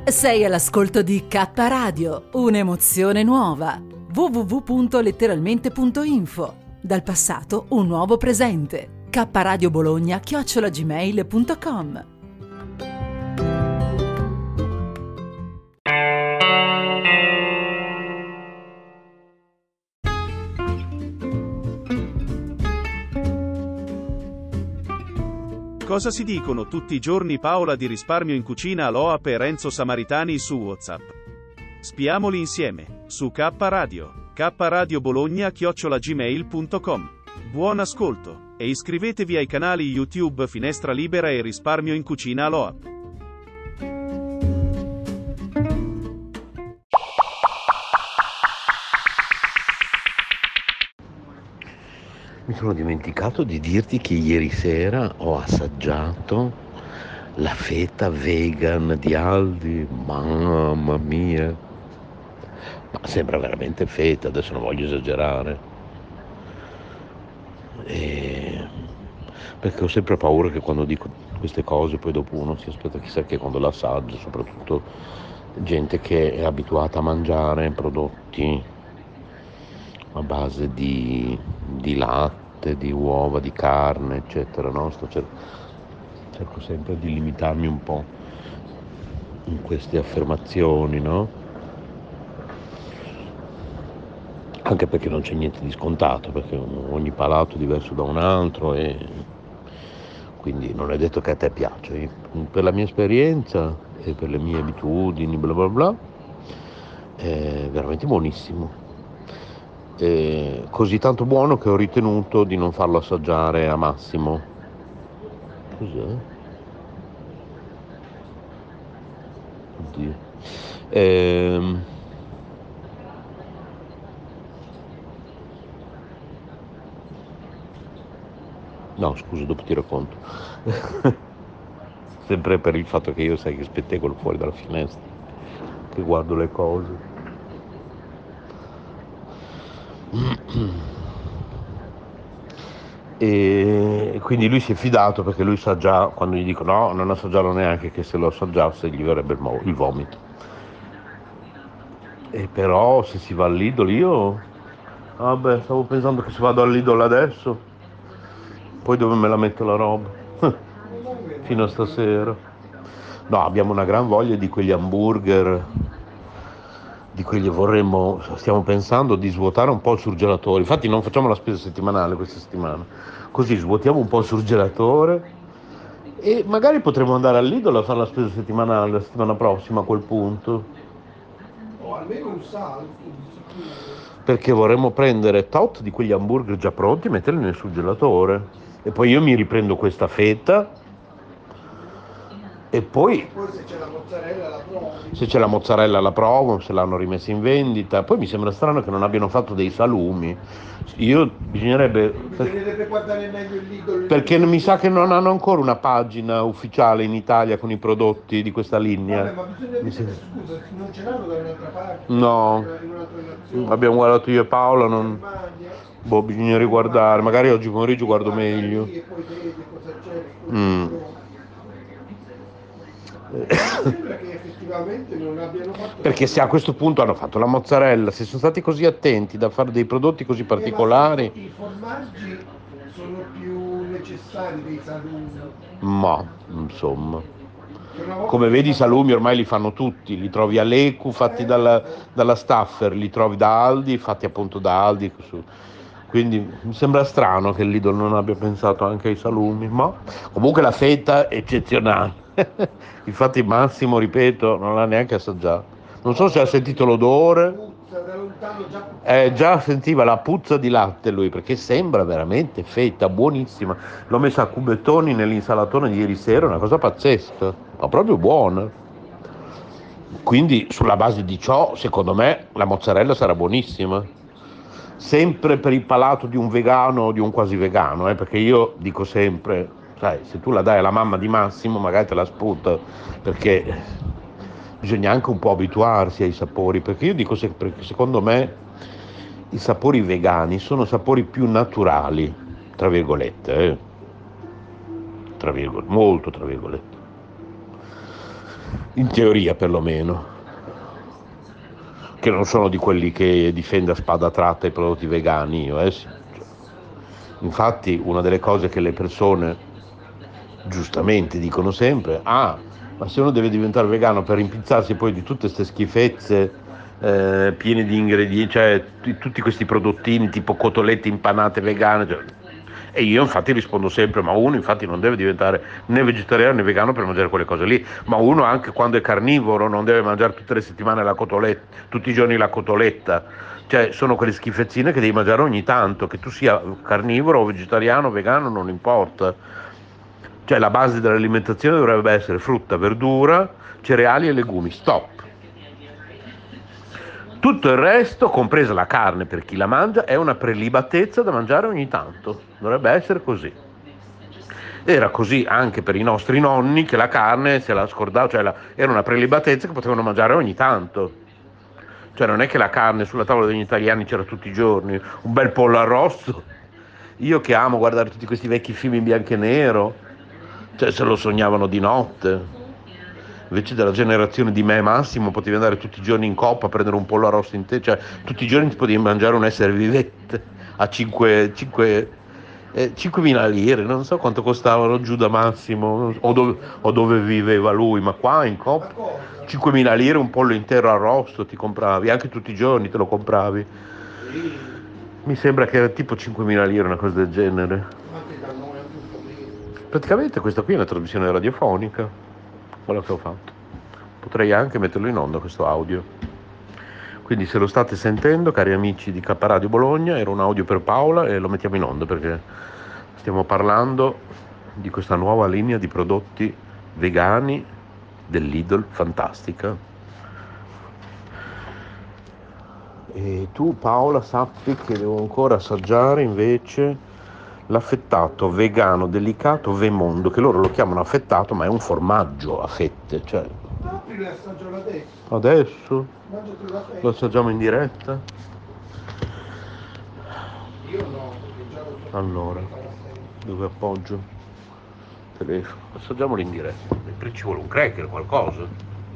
Sei all'ascolto di K Radio, un'emozione nuova. www.letteralmente.info. Dal passato un nuovo presente. kradiobologna@gmail.com. Cosa si dicono tutti i giorni Paola di Risparmio in Cucina, Aloap e Renzo Samaritani su WhatsApp? Spiamoli insieme, su K Radio, kradiobologna@gmail.com. Buon ascolto, e iscrivetevi ai canali YouTube Finestra Libera e Risparmio in Cucina Aloap. Mi sono dimenticato di dirti che ieri sera ho assaggiato la feta vegan di Aldi, mamma mia, ma sembra veramente feta, adesso non voglio esagerare, perché ho sempre paura che quando dico queste cose poi dopo uno si aspetta chissà che quando l'assaggio, soprattutto gente che è abituata a mangiare prodotti a base di latte, di uova, di carne, eccetera, no? Cerco sempre di limitarmi un po' in queste affermazioni, no? Anche perché non c'è niente di scontato, perché ogni palato è diverso da un altro e quindi non è detto che a te piaccia. Per la mia esperienza e per le mie abitudini, bla bla bla, è veramente buonissimo. Così tanto buono che ho ritenuto di non farlo assaggiare a Massimo. Cos'è? Oddio. No, scusa, dopo ti racconto. Sempre per il fatto che io sai che spettegolo fuori dalla finestra, che guardo le cose. E quindi lui si è fidato perché lui sa già, quando gli dico no, non assaggiarlo neanche, che se lo assaggiasse gli verrebbe il vomito. E però se si va al Lidl io, vabbè, stavo pensando che se vado al Lidl adesso, poi dove me la metto la roba? Fino a stasera. No, abbiamo una gran voglia di quegli hamburger, di quelli stiamo pensando di svuotare un po' il surgelatore. Infatti non facciamo la spesa settimanale questa settimana, così svuotiamo un po' il surgelatore e magari potremo andare al Lidl a fare la spesa settimanale la settimana prossima a quel punto. O almeno un salto di sicuro. Perché vorremmo prendere tot di quegli hamburger già pronti e metterli nel surgelatore. E poi io mi riprendo questa fetta. E poi se c'è la mozzarella la provi. Se c'è la mozzarella la provo, se l'hanno rimessa in vendita. Poi mi sembra strano che non abbiano fatto dei salumi. Bisognerebbe guardare meglio il Lidl. Perché mi sa che non hanno ancora una pagina ufficiale in Italia con i prodotti di questa linea. Vabbè, ma bisogna scusa, non ce l'hanno da un'altra parte? No, in un'altra nazione? Abbiamo guardato io e Paola, bisogna riguardare, magari oggi pomeriggio guardo meglio. E poi vedi cosa c'è. Sembra che effettivamente non abbiano fatto. Perché se a questo punto hanno fatto la mozzarella, se sono stati così attenti da fare dei prodotti così particolari. I formaggi sono più necessari dei salumi. Ma insomma, come vedi i salumi ormai li fanno tutti, li trovi all'Ecu fatti dalla Staffer, li trovi da Aldi fatti appunto da Aldi. Quindi mi sembra strano che il Lidl non abbia pensato anche ai salumi, ma comunque la feta è eccezionale. Infatti Massimo, ripeto, non l'ha neanche assaggiato. Non so se ha sentito l'odore. Già sentiva la puzza di latte lui, perché sembra veramente feta, buonissima. L'ho messa a cubettoni nell'insalatona di ieri sera, una cosa pazzesca, ma proprio buona. Quindi sulla base di ciò, secondo me, la mozzarella sarà buonissima. Sempre per il palato di un vegano o di un quasi vegano, perché io dico sempre, sai, se tu la dai alla mamma di Massimo magari te la sputa, perché bisogna anche un po' abituarsi ai sapori, perché io dico sempre che secondo me i sapori vegani sono sapori più naturali, tra virgolette, molto tra virgolette. in teoria perlomeno, che non sono di quelli che difende a spada tratta i prodotti vegani, io, sì. Infatti una delle cose che le persone giustamente dicono sempre, ma se uno deve diventare vegano per rimpizzarsi poi di tutte queste schifezze piene di ingredienti, cioè tutti questi prodottini tipo cotolette impanate vegane, cioè. E io infatti rispondo sempre, ma uno infatti non deve diventare né vegetariano né vegano per mangiare quelle cose lì, ma uno anche quando è carnivoro non deve mangiare tutte le settimane la cotoletta, tutti i giorni la cotoletta, cioè sono quelle schifezzine che devi mangiare ogni tanto, che tu sia carnivoro o vegetariano o vegano non importa, cioè la base dell'alimentazione dovrebbe essere frutta, verdura, cereali e legumi, stop. Tutto il resto, compresa la carne per chi la mangia, è una prelibatezza da mangiare ogni tanto. Dovrebbe essere così. Era così anche per i nostri nonni, che la carne se la scordava, cioè era una prelibatezza che potevano mangiare ogni tanto. Cioè non è che la carne sulla tavola degli italiani c'era tutti i giorni, un bel pollo arrosto. Io che amo guardare tutti questi vecchi film in bianco e nero, cioè se lo sognavano di notte. Invece della generazione di me e Massimo potevi andare tutti i giorni in coppa a prendere un pollo arrosto in te, cioè tutti i giorni ti potevi mangiare un essere vivente a 5.000 lire, non so quanto costavano giù da Massimo o dove viveva lui, ma qua in coppa 5.000 lire un pollo intero arrosto ti compravi, anche tutti i giorni te lo compravi. Mi sembra che era tipo 5.000 lire, una cosa del genere. Praticamente questa qui è una trasmissione radiofonica. Quello che ho fatto, potrei anche metterlo in onda questo audio, quindi se lo state sentendo cari amici di K Radio Bologna, era un audio per Paola e lo mettiamo in onda perché stiamo parlando di questa nuova linea di prodotti vegani dell'Idol, fantastica. E tu Paola sappi che devo ancora assaggiare invece l'affettato vegano delicato Vemondo, che loro lo chiamano affettato ma è un formaggio a fette, cioè. Apri l'assaggiolo adesso. Adesso? Mangiati la fetta. Lo assaggiamo in diretta? Io no, perché già lo so. Allora, dove appoggio? Telefono. Assaggiamolo in diretta. Ci vuole un cracker, qualcosa.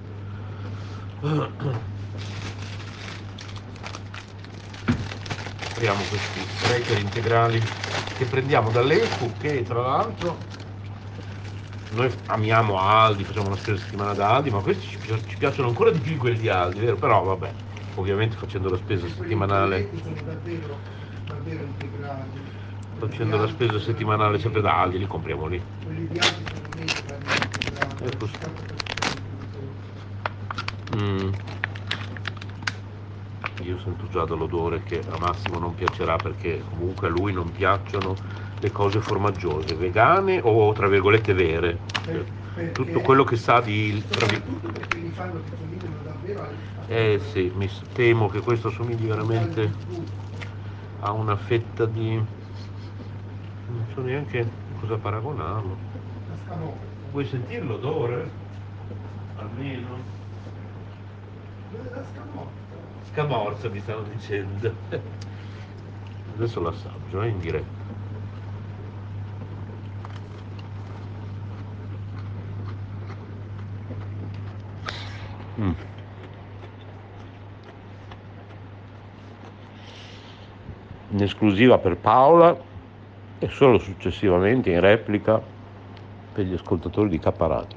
Apriamo questi cracker integrali che prendiamo dall'Ecu, che tra l'altro noi amiamo Aldi, facciamo una spesa settimana da Aldi, ma questi ci piacciono ancora di più di quelli di Aldi, vero? Però vabbè, ovviamente facendo la spesa settimanale, davvero integrali. facendo la spesa settimanale sempre da Aldi, li compriamo lì. Quelli di Aldi sono Ecco. Io sento già dall'odore che a Massimo non piacerà, perché comunque a lui non piacciono le cose formaggiose, vegane o tra virgolette vere, tutto quello che sa di... Soprattutto perché li fanno che somigliano davvero alle... sì, mi temo che questo somigli veramente a una fetta di... non so neanche cosa paragonarlo. Vuoi sentire l'odore? Almeno? La scamorza. Scamorza mi stanno dicendo. Adesso l'assaggio, in diretta. In esclusiva per Paola e solo successivamente in replica per gli ascoltatori di K Radio.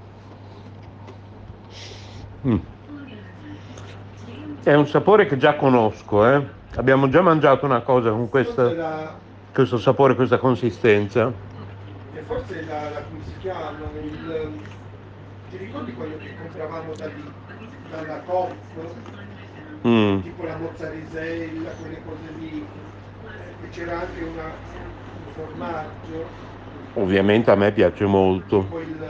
È un sapore che già conosco, abbiamo già mangiato una cosa con questo sapore, questa consistenza. E forse come si chiama? Ti ricordi quello che compravamo dalla Coop? Tipo la mozzarella, quelle cose lì, che c'era anche un formaggio. Ovviamente a me piace molto.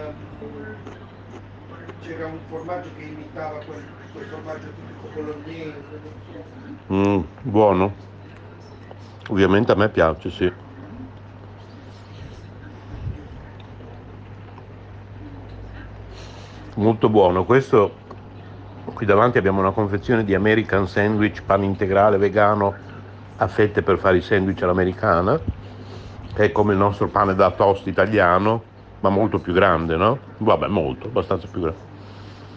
C'era un formaggio che imitava quel formaggio tipico bolognese. Buono. Ovviamente a me piace, sì. Molto buono. Questo qui davanti abbiamo una confezione di American Sandwich, pane integrale vegano a fette per fare i sandwich all'americana, che è come il nostro pane da toast italiano, ma molto più grande, no? Vabbè, molto, abbastanza più grande.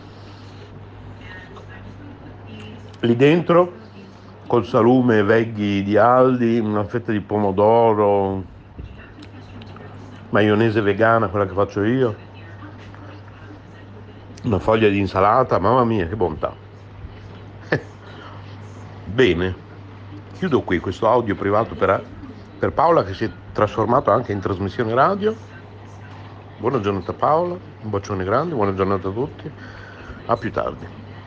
Lì dentro, col salume e veghi di Aldi, una fetta di pomodoro, maionese vegana, quella che faccio io, una foglia di insalata, mamma mia, che bontà. Bene, chiudo qui questo audio privato per Paola, che si è trasformato anche in trasmissione radio. Buona giornata Paola, un bacione grande, buona giornata a tutti, a più tardi.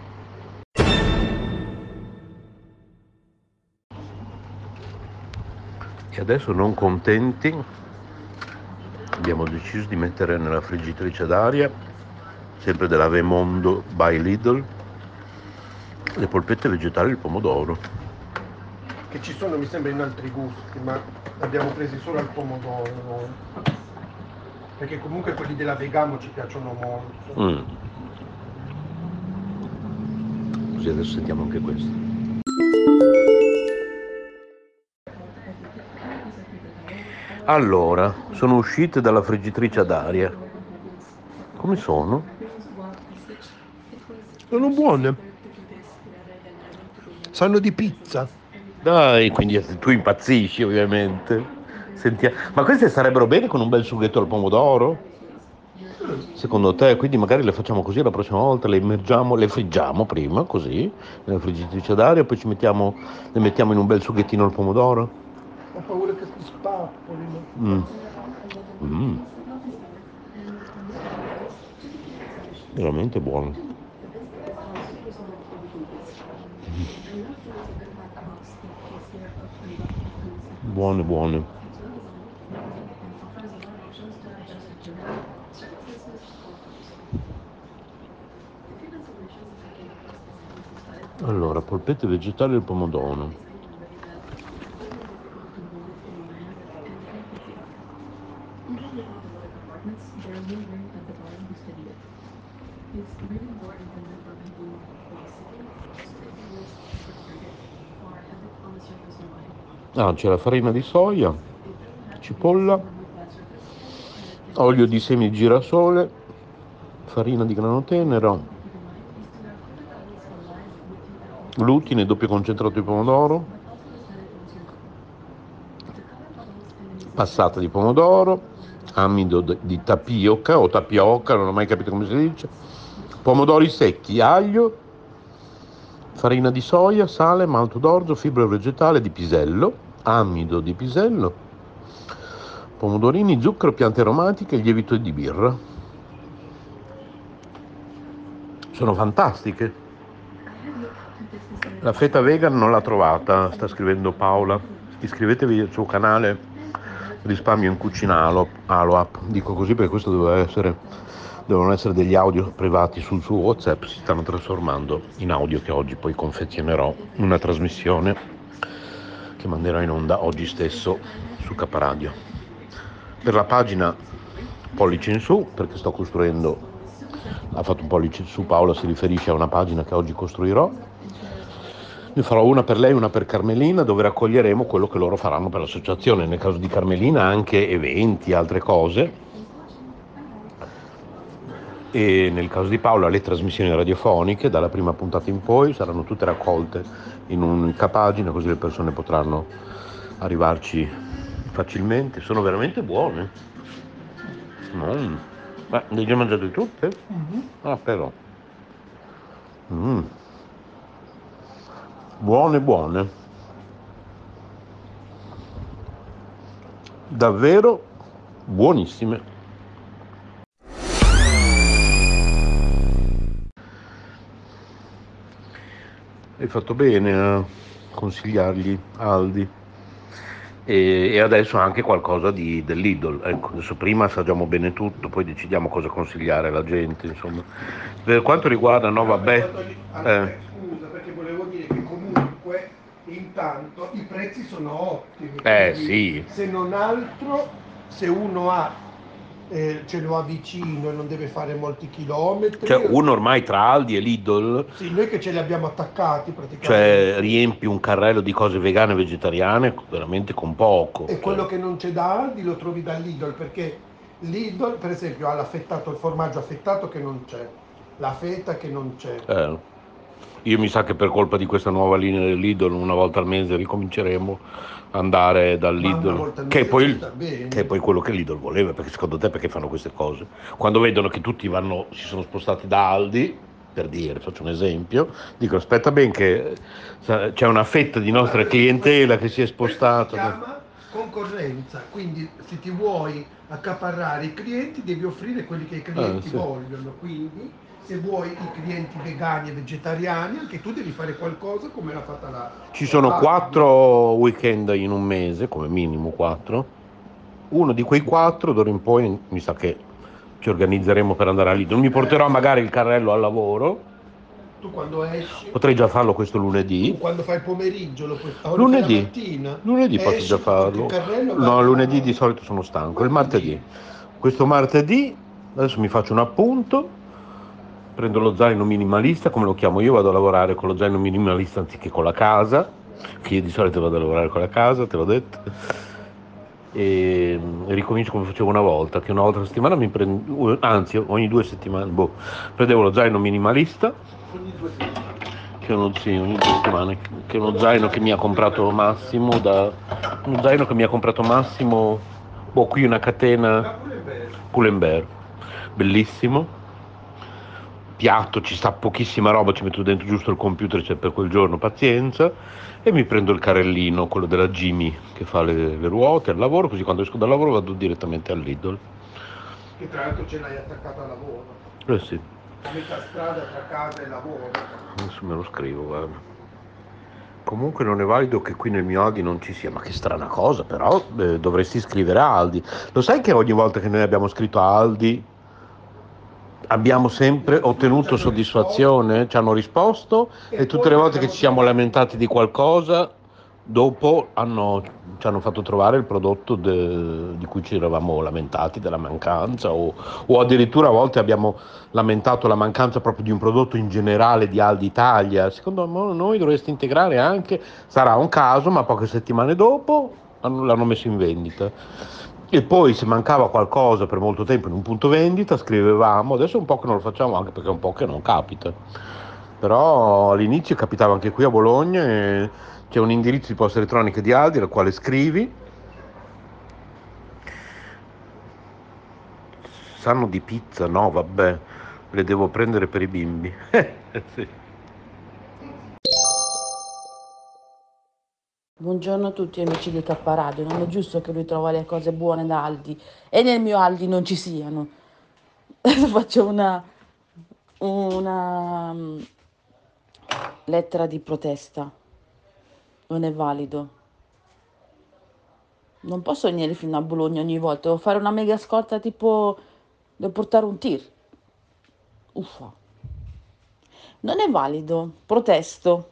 E adesso, non contenti, abbiamo deciso di mettere nella friggitrice d'aria, sempre della Vemondo by Lidl, le polpette vegetali di pomodoro. Che ci sono, mi sembra, in altri gusti, ma abbiamo presi solo al pomodoro noi. Perché comunque quelli della Vegamo ci piacciono molto. Così adesso sentiamo anche questo. Allora, sono uscite dalla friggitrice ad aria. Come sono? Sono buone. Sanno di pizza. Dai, quindi tu impazzisci ovviamente. Ma queste sarebbero bene con un bel sughetto al pomodoro? Secondo te? Quindi magari le facciamo così la prossima volta, le immergiamo, le friggiamo prima, così, nella friggitrice d'aria, poi le mettiamo in un bel sughettino al pomodoro? Ho paura che si spappolino. Veramente buono. Buone. Allora, polpette vegetali al pomodoro. C'è la farina di soia, cipolla, olio di semi di girasole, farina di grano tenero, glutine, doppio concentrato di pomodoro, passata di pomodoro, amido di tapioca o tapioca, non ho mai capito come si dice, pomodori secchi, aglio, farina di soia, sale, malto d'orzo, fibra vegetale di pisello, amido di pisello, pomodorini, zucchero, piante aromatiche e lievito di birra. Sono fantastiche. La feta vegan non l'ha trovata, sta scrivendo Paola. Iscrivetevi al suo canale Risparmio in Cucina Aloap. Dico così perché questo devono essere degli audio privati sul suo WhatsApp, si stanno trasformando in audio che oggi poi confezionerò in una trasmissione che manderò in onda oggi stesso su K Radio. Per la pagina pollice in su, perché sto costruendo, ha fatto un pollice in su, Paola si riferisce a una pagina che oggi costruirò. Ne farò una per lei, una per Carmelina, dove raccoglieremo quello che loro faranno per l'associazione. Nel caso di Carmelina anche eventi, altre cose. E nel caso di Paola le trasmissioni radiofoniche, dalla prima puntata in poi, saranno tutte raccolte in un'unica pagina, così le persone potranno arrivarci facilmente. Sono veramente buone. Ma le hai mangiate tutte? Ah, però. Buone. Davvero buonissime. Hai fatto bene a consigliargli Aldi. E adesso anche qualcosa dell'Idol. Ecco, adesso prima assaggiamo bene tutto, poi decidiamo cosa consigliare alla gente, insomma. Per quanto riguarda Scusa, perché volevo dire che comunque intanto i prezzi sono ottimi. Sì. Se non altro, se uno ce lo ha vicino e non deve fare molti chilometri. Cioè uno ormai tra Aldi e Lidl. Sì, noi che ce li abbiamo attaccati praticamente. Cioè riempi un carrello di cose vegane e vegetariane veramente con poco. E quello che non c'è da Aldi lo trovi da Lidl, perché Lidl per esempio ha il formaggio affettato che non c'è, la feta che non c'è. Io mi sa che per colpa di questa nuova linea del Lidl una volta al mese ricominceremo ad andare dal Lidl, che è poi quello che Lidl voleva, perché secondo te perché fanno queste cose? Quando vedono che tutti si sono spostati da Aldi, per dire, faccio un esempio, dicono aspetta ben che c'è una fetta di nostra clientela che si è spostata. Si chiama concorrenza, quindi se ti vuoi accaparrare i clienti devi offrire quelli che i clienti sì. vogliono, quindi se vuoi i clienti vegani e vegetariani anche tu devi fare qualcosa come l'ha fatta la... Ci sono 4 weekend in un mese, come minimo 4. Uno di quei 4 d'ora in poi mi sa che ci organizzeremo per andare a Lidl. Mi porterò magari il carrello al lavoro. Tu quando esci... Potrei già farlo questo lunedì. Tu quando fai il pomeriggio lo puoi fare lunedì. la mattina. Lunedì posso già farlo. No, lunedì di solito sono stanco. Il martedì. Questo martedì adesso mi faccio un appunto. Prendo lo zaino minimalista, come lo chiamo io, vado a lavorare con lo zaino minimalista anziché con la casa, che io di solito vado a lavorare con la casa, te l'ho detto, e ricomincio come facevo una volta, che una volta a settimana anzi ogni 2 settimane, prendevo lo zaino minimalista, Ogni 2 settimane. ogni 2 settimane, che è uno zaino che mi ha comprato Massimo, qui una catena Pull&Bear, bellissimo. Piatto, ci sta pochissima roba, ci metto dentro giusto il computer, c'è per quel giorno, pazienza, e mi prendo il carrellino, quello della Jimmy che fa le ruote al lavoro, così quando esco dal lavoro vado direttamente al Lidl. Che tra l'altro ce l'hai attaccato al lavoro. Sì. A metà strada tra casa e lavoro. Adesso me lo scrivo, guarda. Comunque non è valido che qui nel mio Aldi non ci sia, ma che strana cosa, però dovresti scrivere a Aldi. Lo sai che ogni volta che noi abbiamo scritto a Aldi abbiamo sempre ottenuto soddisfazione, ci hanno risposto e tutte le volte che ci siamo lamentati di qualcosa, dopo ci hanno fatto trovare il prodotto di cui ci eravamo lamentati, della mancanza, o addirittura a volte abbiamo lamentato la mancanza proprio di un prodotto in generale di Aldi Italia. Secondo noi dovreste integrare anche, sarà un caso, ma poche settimane dopo l'hanno messo in vendita. E poi se mancava qualcosa per molto tempo in un punto vendita scrivevamo, adesso è un po' che non lo facciamo anche perché è un po' che non capita, però all'inizio capitava anche qui a Bologna, e c'è un indirizzo di posta elettronica di Aldi al quale scrivi, sanno di pizza? No, vabbè, le devo prendere per i bimbi. Sì. Buongiorno a tutti amici di K Radio, non è giusto che lui trova le cose buone da Aldi e nel mio Aldi non ci siano. Adesso faccio una lettera di protesta, non è valido. Non posso venire fino a Bologna ogni volta, devo fare una mega scorta tipo, devo portare un tir. Uffa. Non è valido, protesto.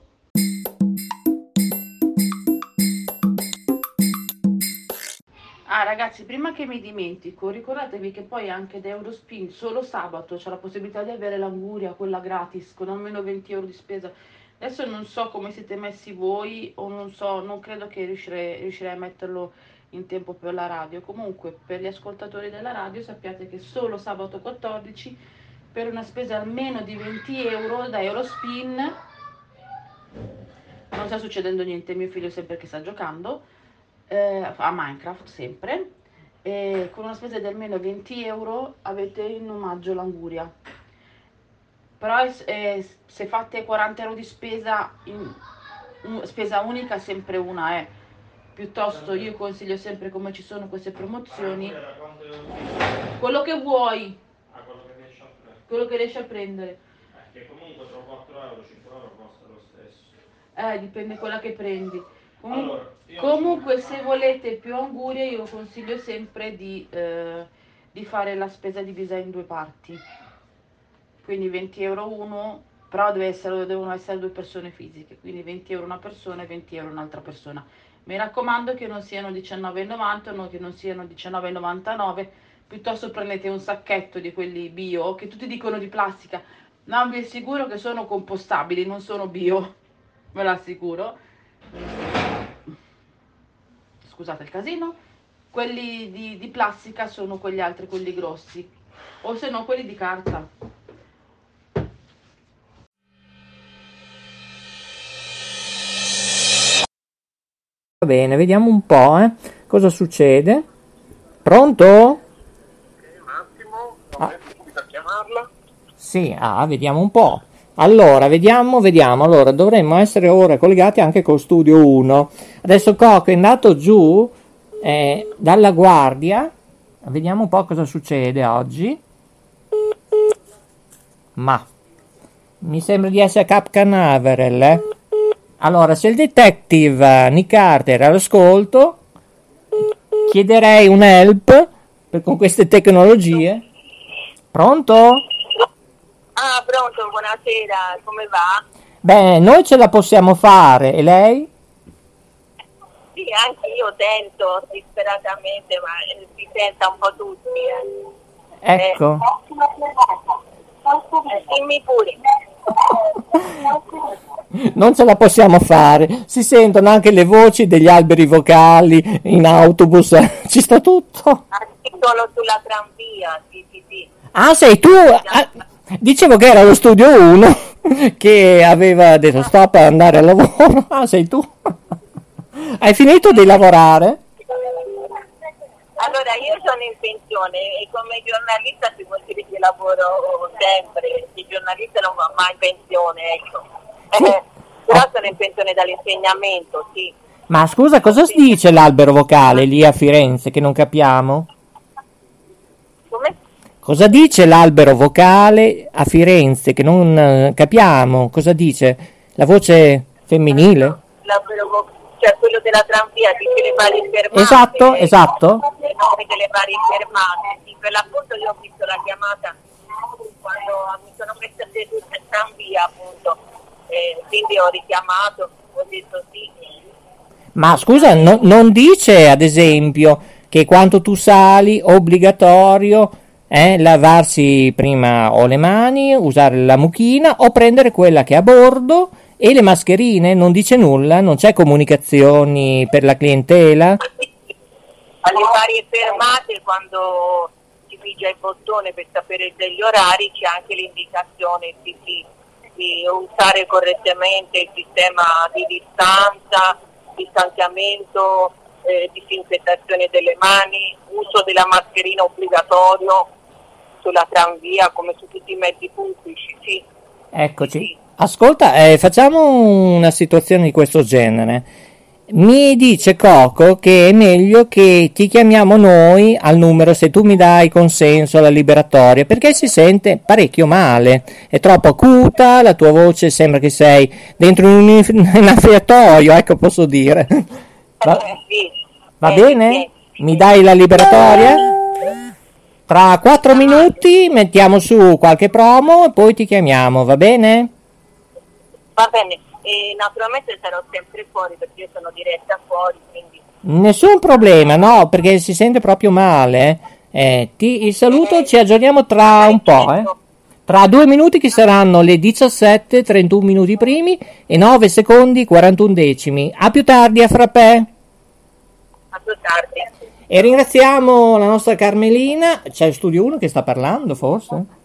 Ah ragazzi, prima che mi dimentico, ricordatevi che poi anche da Eurospin solo sabato c'è la possibilità di avere l'anguria, quella gratis, con almeno 20 euro di spesa. Adesso non so come siete messi voi, o non so, non credo che riuscirei a metterlo in tempo per la radio. Comunque, per gli ascoltatori della radio sappiate che solo sabato 14, per una spesa almeno di 20 euro da Eurospin, non sta succedendo niente, mio figlio sempre che sta giocando, a Minecraft sempre, e con una spesa di almeno 20 euro avete in omaggio l'anguria. Però se fate 40 euro di spesa, spesa unica sempre una piuttosto io consiglio sempre, come ci sono queste promozioni, quello che vuoi, quello che riesci a prendere, che comunque sono 4 euro, 5 euro costa lo stesso, dipende quella che prendi. Comunque se volete più angurie io consiglio sempre di fare la spesa divisa in 2 parti, quindi 20 euro uno, però devono essere 2 persone fisiche, quindi 20 euro una persona e 20 euro un'altra persona. Mi raccomando che non siano 19,90 o che non siano 19,99, piuttosto prendete un sacchetto di quelli bio, che tutti dicono di plastica, ma vi assicuro che sono compostabili, non sono bio, ve lo assicuro. Scusate il casino. Quelli di plastica sono quegli altri, quelli grossi, o se no quelli di carta. Va bene, vediamo un po', cosa succede. Pronto? Un attimo, non riesco subito a chiamarla. Sì, vediamo un po'. Allora, vediamo. Allora, dovremmo essere ora collegati anche con Studio 1. Adesso Coco è andato giù dalla guardia. Vediamo un po' cosa succede oggi. Ma mi sembra di essere Cap Canaveral, Allora, se il detective Nick Carter è all'ascolto, chiederei un help con queste tecnologie. Pronto? Pronto, buonasera, come va? Beh, noi ce la possiamo fare, e lei? Sì, anche io tento disperatamente, ma si senta un po' tutti. Ecco. Dimmi pure. Non ce la possiamo fare, si sentono anche le voci degli alberi vocali in autobus, ci sta tutto. Sono sulla tranvia, sì. Ah, sei tu? Dicevo che era lo Studio 1 che aveva detto stop ad andare al lavoro. Ah, sei tu? Hai finito di lavorare? Allora, io sono in pensione e come giornalista si può dire che lavoro sempre, il giornalista non va mai in pensione, ecco. Però sono in pensione dall'insegnamento, sì. Ma scusa, cosa si dice l'albero vocale lì a Firenze che non capiamo? Come? Cosa dice l'albero vocale a Firenze che non capiamo? Cosa dice? La voce femminile? L'albero vocale. Cioè quello della tranvia, dice le varie fermate. Esatto. Le nome delle varie fermate. Sì, per l'appunto io ho visto la chiamata quando mi sono messa seduta in tranvia, appunto. Quindi ho richiamato, ho detto sì. Ma scusa, non dice ad esempio che quando tu sali obbligatorio lavarsi prima o le mani, usare la mucchina o prendere quella che è a bordo? E le mascherine? Non dice nulla? Non c'è comunicazioni per la clientela? Alle varie fermate, quando si pigia il bottone per sapere degli orari, c'è anche l'indicazione di usare correttamente il sistema di distanziamento, disinfettazione delle mani, uso della mascherina obbligatorio sulla tranvia come su tutti i mezzi pubblici, sì. Eccoci. Sì. Ascolta, facciamo una situazione di questo genere. Mi dice Coco che è meglio che ti chiamiamo noi al numero se tu mi dai consenso alla liberatoria, perché si sente parecchio male, è troppo acuta, la tua voce sembra che sei dentro un innaffiatoio, ecco, posso dire. Va bene? Mi dai la liberatoria? Tra 4 minuti mettiamo su qualche promo e poi ti chiamiamo, va bene? Va bene, e naturalmente sarò sempre fuori perché io sono diretta fuori, quindi... Nessun problema, no, perché si sente proprio male. Il saluto, ci aggiorniamo tra un po', Tra 2 minuti che saranno le 17, 31 minuti primi e 9 secondi 41 decimi. A più tardi, a frappè. A più tardi. E ringraziamo la nostra Carmelina. C'è il Studio 1 che sta parlando, forse?